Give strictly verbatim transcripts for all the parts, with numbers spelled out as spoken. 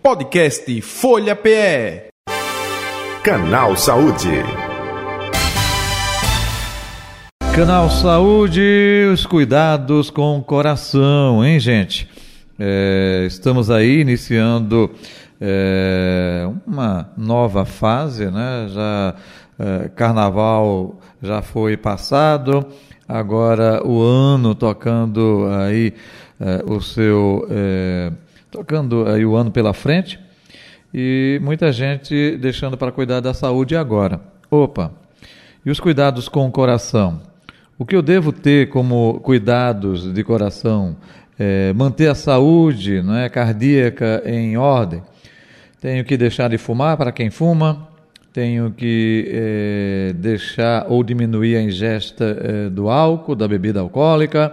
Podcast Folha P E. Canal Saúde. Canal Saúde, os cuidados com o coração, hein, gente? É, estamos aí iniciando é, uma nova fase, né? Já é, Carnaval já foi passado, agora o ano tocando aí é, o seu, é, tocando aí o ano pela frente e muita gente deixando para cuidar da saúde agora. Opa, e os cuidados com o coração? O que eu devo ter como cuidados de coração? É, manter a saúde, não é, cardíaca em ordem. Tenho que deixar de fumar para quem fuma. Tenho que é, deixar ou diminuir a ingesta é, do álcool, da bebida alcoólica.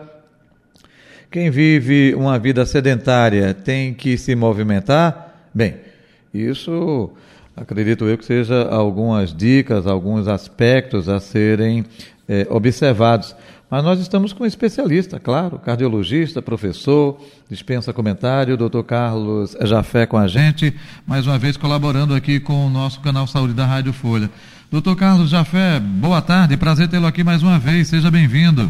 Quem vive uma vida sedentária tem que se movimentar. Bem, isso acredito eu que seja algumas dicas, alguns aspectos a serem É, observados, mas nós estamos com um especialista, claro, cardiologista, professor, dispensa comentário, doutor Carlos Jafé com a gente, mais uma vez colaborando aqui com o nosso canal Saúde da Rádio Folha. doutor Carlos Jafé, boa tarde, prazer tê-lo aqui mais uma vez, seja bem-vindo.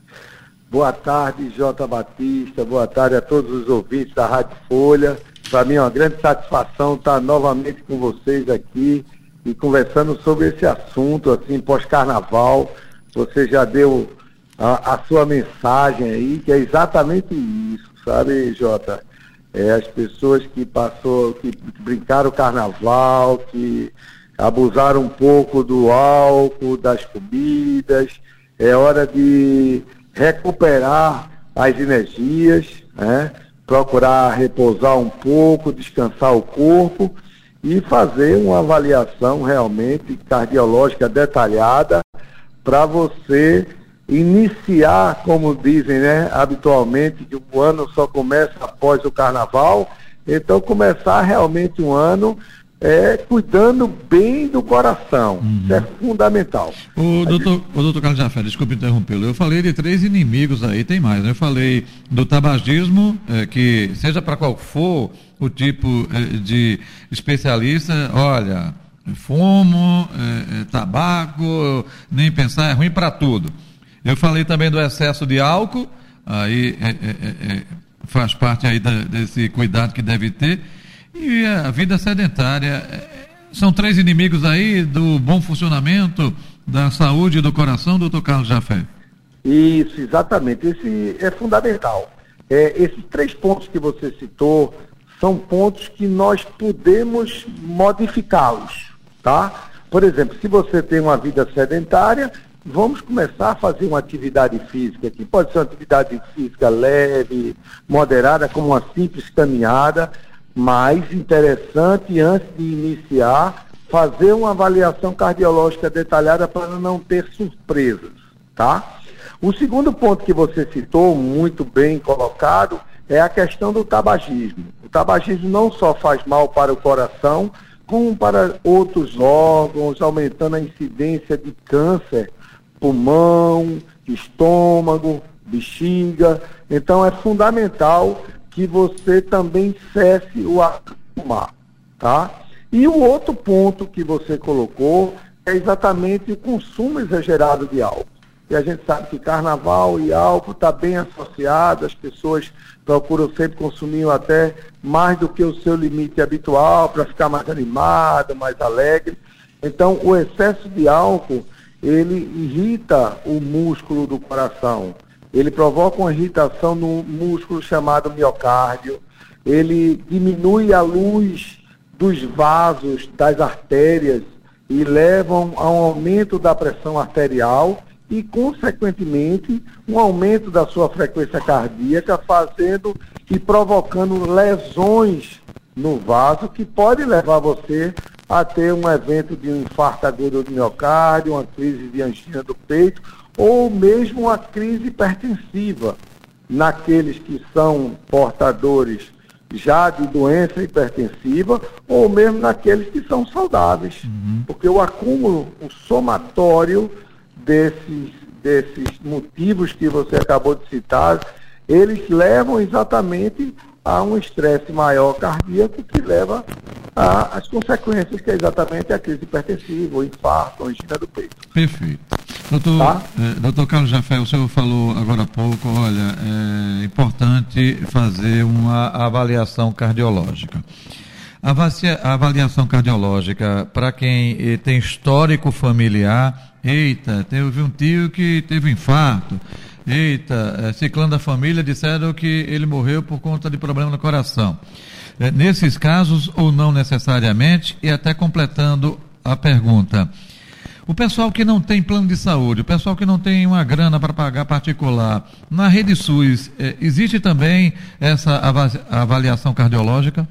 Boa tarde, J. Batista, boa tarde a todos os ouvintes da Rádio Folha. Para mim é uma grande satisfação estar novamente com vocês aqui e conversando sobre esse assunto, assim, pós-carnaval. Você já deu a, a sua mensagem aí, que é exatamente isso, sabe, Jota? É, as pessoas que passou, que, que brincaram o carnaval, que abusaram um pouco do álcool, das comidas, é hora de recuperar as energias, né? Procurar repousar um pouco, descansar o corpo e fazer uma avaliação realmente cardiológica detalhada para você iniciar, como dizem, né, habitualmente, que o ano só começa após o carnaval, então começar realmente um ano é, cuidando bem do coração. Uhum. Isso é fundamental. O doutor, gente... o doutor Carlos Jafé, desculpe interrompê-lo, eu falei de três inimigos aí, tem mais, né? Eu falei do tabagismo, é, que seja para qual for o tipo é, de especialista, olha... fumo, é, é, tabaco, nem pensar, é ruim para tudo. Eu falei também do excesso de álcool, aí é, é, é, faz parte aí da, desse cuidado que deve ter, e a vida sedentária. É, são três inimigos aí do bom funcionamento da saúde e do coração, doutor Carlos Jafé. Isso, exatamente, esse é fundamental. É, esses três pontos que você citou são pontos que nós podemos modificá-los. Tá? Por exemplo, se você tem uma vida sedentária, vamos começar a fazer uma atividade física, que pode ser uma atividade física leve, moderada, como uma simples caminhada, mas interessante, antes de iniciar, fazer uma avaliação cardiológica detalhada para não ter surpresas, tá? O segundo ponto que você citou, muito bem colocado, é a questão do tabagismo. O tabagismo não só faz mal para o coração, como para outros órgãos, aumentando a incidência de câncer, pulmão, estômago, bexiga. Então é fundamental que você também cesse o fumar, tá? E o outro ponto que você colocou é exatamente o consumo exagerado de álcool. E a gente sabe que carnaval e álcool está bem associado, as pessoas procuram sempre consumir até mais do que o seu limite habitual para ficar mais animado, mais alegre. Então, o excesso de álcool, ele irrita o músculo do coração, ele provoca uma irritação no músculo chamado miocárdio, ele diminui a luz dos vasos, das artérias e levam a um aumento da pressão arterial e, consequentemente, um aumento da sua frequência cardíaca, fazendo e provocando lesões no vaso, que pode levar você a ter um evento de um infarto agudo do miocárdio, uma crise de angina do peito, ou mesmo uma crise hipertensiva, naqueles que são portadores já de doença hipertensiva, ou mesmo naqueles que são saudáveis. Uhum. Porque o acúmulo, o somatório desses, desses motivos que você acabou de citar, eles levam exatamente a um estresse maior cardíaco que leva às consequências, que é exatamente a crise hipertensiva, o infarto, a angina do peito. Perfeito. Doutor, Tá? eh, doutor Carlos Jafé, o senhor falou agora há pouco, olha, é importante fazer uma avaliação cardiológica. A vacia- a avaliação cardiológica, para quem eh, tem histórico familiar, eita, teve um tio que teve infarto, eita, eh, ciclano da família disseram que ele morreu por conta de problema no coração. Eh, nesses casos, ou não necessariamente, e até completando a pergunta, o pessoal que não tem plano de saúde, o pessoal que não tem uma grana para pagar particular, na rede SUS, eh, existe também essa ava- avaliação cardiológica?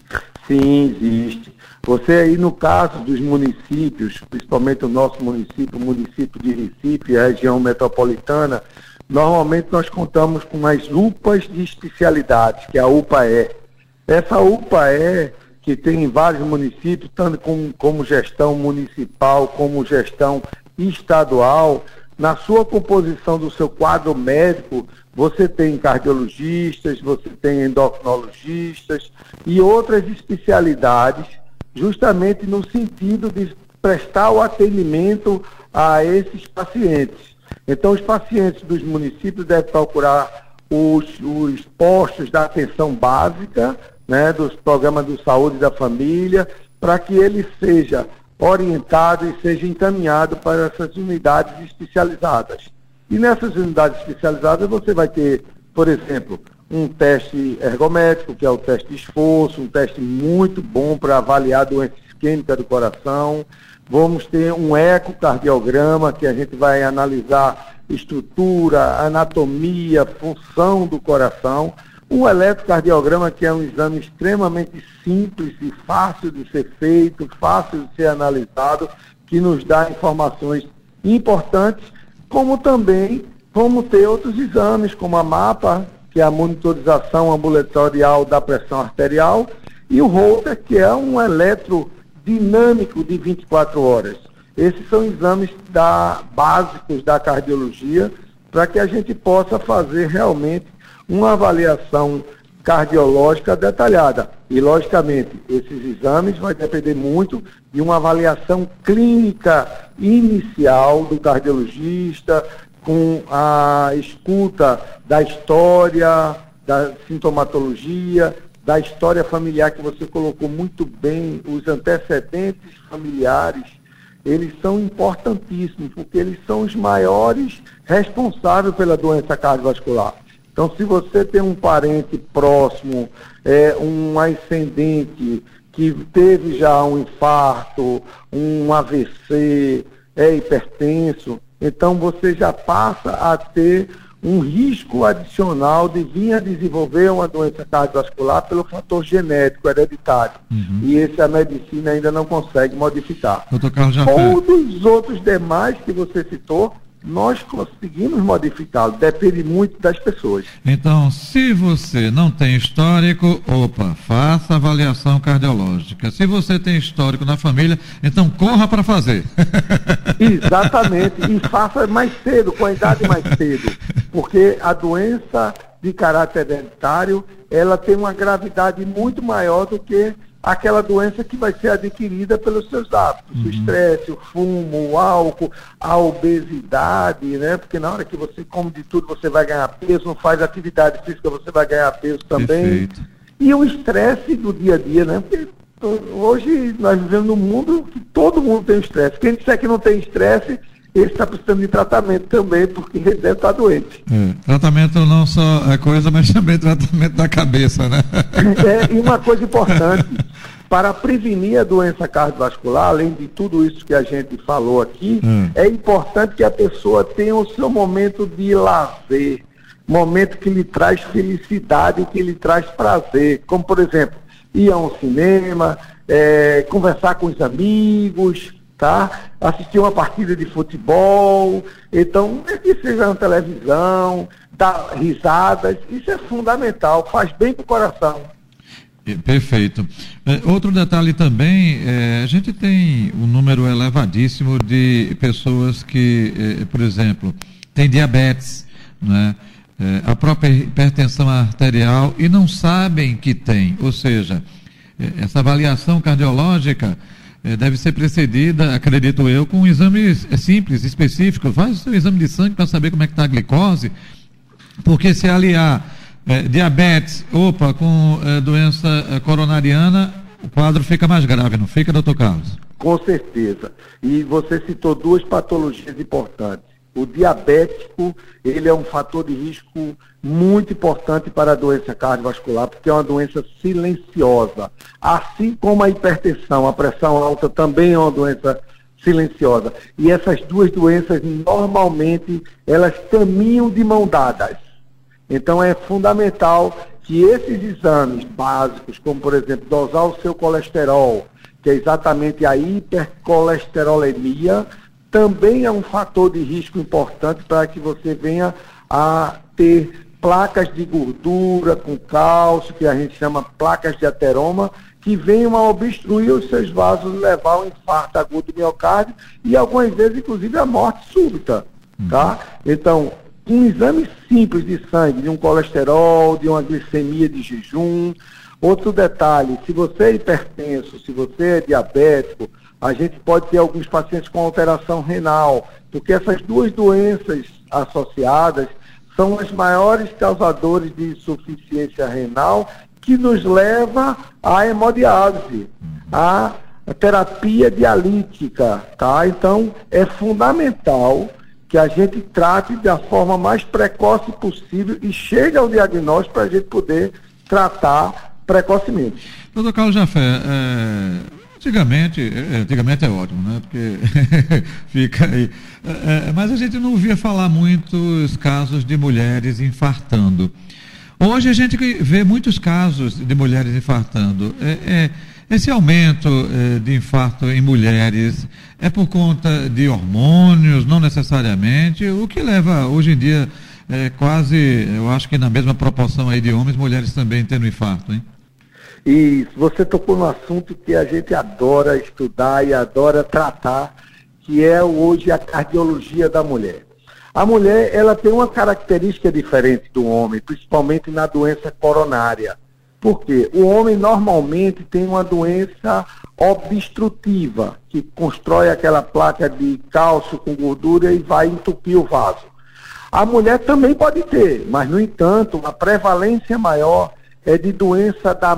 Sim, existe. Você aí, no caso dos municípios, principalmente o nosso município, o município de Recife, a região metropolitana, normalmente nós contamos com as U P As de especialidades, que é a U P A E. Essa U P A E, que tem em vários municípios, tanto como, como gestão municipal, como gestão estadual, na sua composição do seu quadro médico, você tem cardiologistas, você tem endocrinologistas e outras especialidades, justamente no sentido de prestar o atendimento a esses pacientes. Então, os pacientes dos municípios devem procurar os, os postos da atenção básica, né, dos programas de saúde da família, para que ele seja orientado e seja encaminhado para essas unidades especializadas. E nessas unidades especializadas você vai ter, por exemplo, um teste ergométrico, que é o teste de esforço, um teste muito bom para avaliar a doença isquêmica do coração. Vamos ter um ecocardiograma, que a gente vai analisar estrutura, anatomia, função do coração. Um eletrocardiograma, que é um exame extremamente simples e fácil de ser feito, fácil de ser analisado, que nos dá informações importantes, como também vamos ter outros exames, como a MAPA, que é a monitorização ambulatorial da pressão arterial, e o Holter, que é um eletrodinâmico de vinte e quatro horas. Esses são exames da, básicos da cardiologia, para que a gente possa fazer realmente uma avaliação cardiológica detalhada. E, logicamente, esses exames vão depender muito de uma avaliação clínica inicial do cardiologista, com a escuta da história, da sintomatologia, da história familiar, que você colocou muito bem, os antecedentes familiares, eles são importantíssimos, porque eles são os maiores responsáveis pela doença cardiovascular. Então, se você tem um parente próximo, é, um ascendente que teve já um infarto, um A V C, é hipertenso, então você já passa a ter um risco adicional de vir a desenvolver uma doença cardiovascular pelo fator genético hereditário. Uhum. E esse a medicina ainda não consegue modificar. doutor Carlos Jafé. Todos os outros demais que você citou, nós conseguimos modificá-lo, depende muito das pessoas. Então, se você não tem histórico, opa, faça avaliação cardiológica. Se você tem histórico na família, então corra para fazer. Exatamente, e faça mais cedo, com a idade mais cedo, porque a doença de caráter hereditário, ela tem uma gravidade muito maior do que aquela doença que vai ser adquirida pelos seus hábitos, uhum. O estresse, o fumo, o álcool, a obesidade, né? Porque na hora que você come de tudo, você vai ganhar peso, não faz atividade física, você vai ganhar peso também. Perfeito. E o estresse do dia a dia, né? Porque hoje nós vivemos num mundo que todo mundo tem estresse. Quem disser que não tem estresse, ele está precisando de tratamento também, porque ele deve estar doente. É, tratamento não só é coisa, mas também tratamento da cabeça, né? É, e uma coisa importante, para prevenir a doença cardiovascular, além de tudo isso que a gente falou aqui, hum. é importante que a pessoa tenha o seu momento de lazer, momento que lhe traz felicidade, que lhe traz prazer, como, por exemplo, ir a um cinema, é, conversar com os amigos, tá? Assistir uma partida de futebol, então, que seja na televisão, dar risadas, isso é fundamental, faz bem para o coração. Perfeito. É, outro detalhe também, é, a gente tem um número elevadíssimo de pessoas que, é, por exemplo, têm diabetes, né? é, a própria hipertensão arterial e não sabem que tem, ou seja, é, essa avaliação cardiológica é, deve ser precedida, acredito eu, com um exame simples, específico. Faz o seu exame de sangue para saber como é que está a glicose, porque se aliar é, diabetes, opa, com é, doença é, coronariana, o quadro fica mais grave, não fica, doutor Carlos? Com certeza. E você citou duas patologias importantes. O diabético, ele é um fator de risco muito importante para a doença cardiovascular, porque é uma doença silenciosa. Assim como a hipertensão, a pressão alta também é uma doença silenciosa. E essas duas doenças, normalmente, elas caminham de mão dadas. Então é fundamental que esses exames básicos, como por exemplo, dosar o seu colesterol, que é exatamente a hipercolesterolemia, também é um fator de risco importante para que você venha a ter placas de gordura com cálcio, que a gente chama placas de ateroma, que venham a obstruir os seus vasos e levar ao infarto agudo do miocárdio e algumas vezes, inclusive, a morte súbita, tá? Então, um exame simples de sangue, de um colesterol, de uma glicemia de jejum. Outro detalhe, se você é hipertenso, se você é diabético, a gente pode ter alguns pacientes com alteração renal, porque essas duas doenças associadas são os maiores causadores de insuficiência renal que nos leva à hemodiálise, à terapia dialítica, tá? Então, é fundamental que a gente trate da forma mais precoce possível e chegue ao diagnóstico para a gente poder tratar precocemente. Doutor Carlos Jafé, é, antigamente, antigamente é ótimo, né? Porque fica aí. É, mas a gente não ouvia falar muitos casos de mulheres infartando. Hoje a gente vê muitos casos de mulheres infartando. É, é, esse aumento é, de infarto em mulheres é por conta de hormônios, não necessariamente, o que leva hoje em dia é, quase, eu acho que na mesma proporção aí de homens, mulheres também tendo infarto, hein? Isso, você tocou no assunto que a gente adora estudar e adora tratar, que é hoje a cardiologia da mulher. A mulher, ela tem uma característica diferente do homem, principalmente na doença coronária. Por quê? O homem normalmente tem uma doença obstrutiva, que constrói aquela placa de cálcio com gordura e vai entupir o vaso. A mulher também pode ter, mas, no entanto, a prevalência maior é de doença da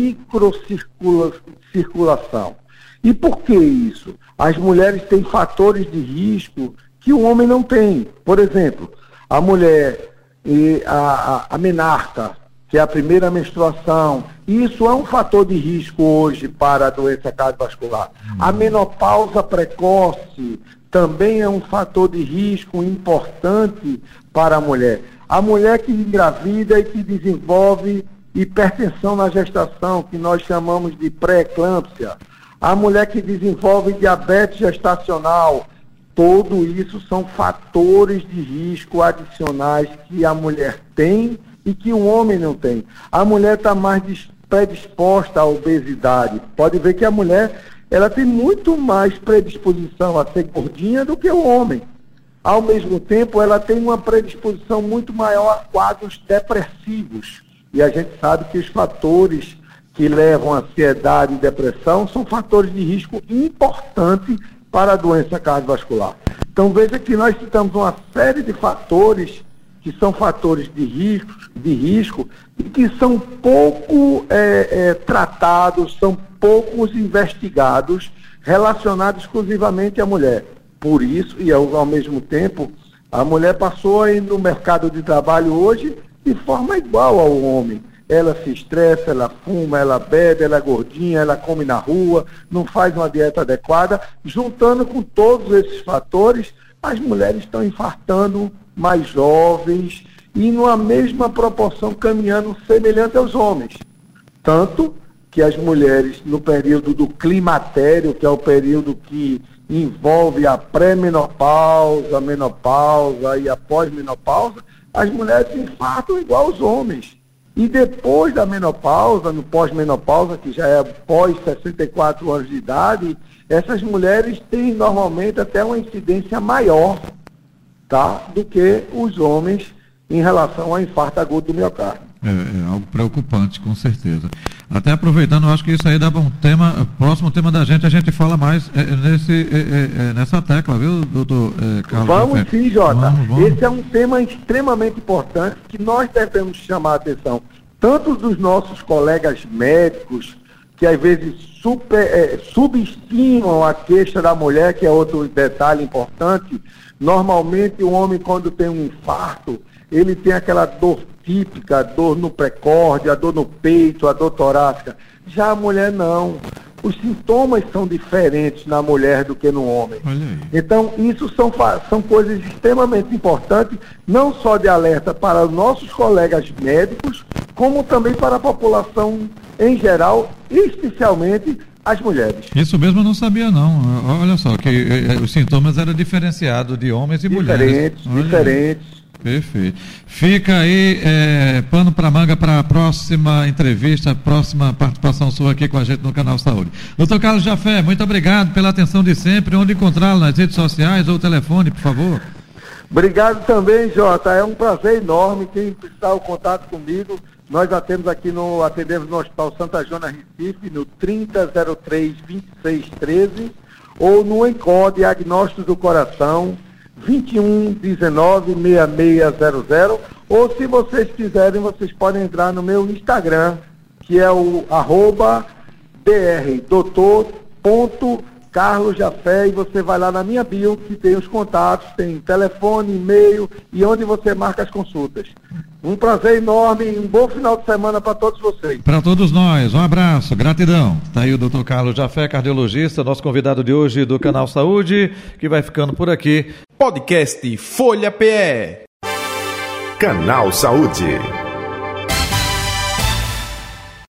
microcirculação. E por que isso? As mulheres têm fatores de risco que o homem não tem. Por exemplo, a mulher, e a, a, a menarca, que é a primeira menstruação, isso é um fator de risco hoje para a doença cardiovascular. A menopausa precoce também é um fator de risco importante para a mulher. A mulher que engravida e que desenvolve hipertensão na gestação, que nós chamamos de pré-eclâmpsia. A mulher que desenvolve diabetes gestacional. Tudo isso são fatores de risco adicionais que a mulher tem e que o homem não tem. A mulher está mais predisposta à obesidade. Pode ver que a mulher ela tem muito mais predisposição a ser gordinha do que o homem. Ao mesmo tempo, ela tem uma predisposição muito maior a quadros depressivos. E a gente sabe que os fatores que levam à ansiedade e depressão são fatores de risco importantes para a doença cardiovascular. Então veja que nós citamos uma série de fatores que são fatores de risco, de risco e que são pouco é, é, tratados, são poucos investigados, relacionados exclusivamente à mulher. Por isso, e ao, ao mesmo tempo, a mulher passou aí no mercado de trabalho hoje de forma igual ao homem. Ela se estressa, ela fuma, ela bebe, ela é gordinha, ela come na rua, não faz uma dieta adequada. Juntando com todos esses fatores, as mulheres estão infartando mais jovens e numa mesma proporção caminhando semelhante aos homens. Tanto que as mulheres, no período do climatério, que é o período que envolve a pré-menopausa, a menopausa e a pós-menopausa, as mulheres infartam igual aos homens. E depois da menopausa, no pós-menopausa, que já é pós sessenta e quatro anos de idade, essas mulheres têm normalmente até uma incidência maior, tá, do que os homens em relação ao infarto agudo do miocárdio. É, é algo preocupante, com certeza. Até aproveitando, eu acho que isso aí dá para um tema, próximo tema da gente, a gente fala mais é, nesse, é, é, nessa tecla, viu, doutor é, Carlos? Vamos Jafé? sim, Jota. Vamos, vamos. Esse é um tema extremamente importante que nós devemos chamar a atenção, tanto dos nossos colegas médicos, que às vezes super, é, subestimam a queixa da mulher, que é outro detalhe importante. Normalmente o homem, quando tem um infarto, ele tem aquela dor típica, a dor no precórdio, a dor no peito, a dor torácica. Já a mulher não. Os sintomas são diferentes na mulher do que no homem. Olha aí. Então, isso são, são coisas extremamente importantes, não só de alerta para os nossos colegas médicos, como também para a população em geral, especialmente as mulheres. Isso mesmo eu não sabia, não. Olha só, que eh, os sintomas eram diferenciados de homens e diferentes, mulheres. Olha diferentes. Aí. Perfeito. Fica aí é, pano para manga para a próxima entrevista, a próxima participação sua aqui com a gente no Canal Saúde. doutor Carlos Jafé, muito obrigado pela atenção de sempre. Onde encontrá-lo? Nas redes sociais ou telefone, por favor? Obrigado também, Jota. É um prazer enorme. Quem precisar o contato comigo, nós atendemos aqui no, atendemos no Hospital Santa Joana Recife, no trinta, zero três, vinte e seis, treze, ou no ENCOR, Diagnóstico do Coração, vinte e um, dezenove, sessenta e seis zero zero, ou se vocês quiserem, vocês podem entrar no meu Instagram, que é o arroba dr doutor ponto Carlos Jafé, e você vai lá na minha bio, que tem os contatos, tem telefone, e-mail e onde você marca as consultas. Um prazer enorme e um bom final de semana para todos vocês. Para todos nós, um abraço, gratidão. Está aí o doutor Carlos Jafé, cardiologista, nosso convidado de hoje do Canal Saúde, que vai ficando por aqui. Podcast Folha P E. Canal Saúde.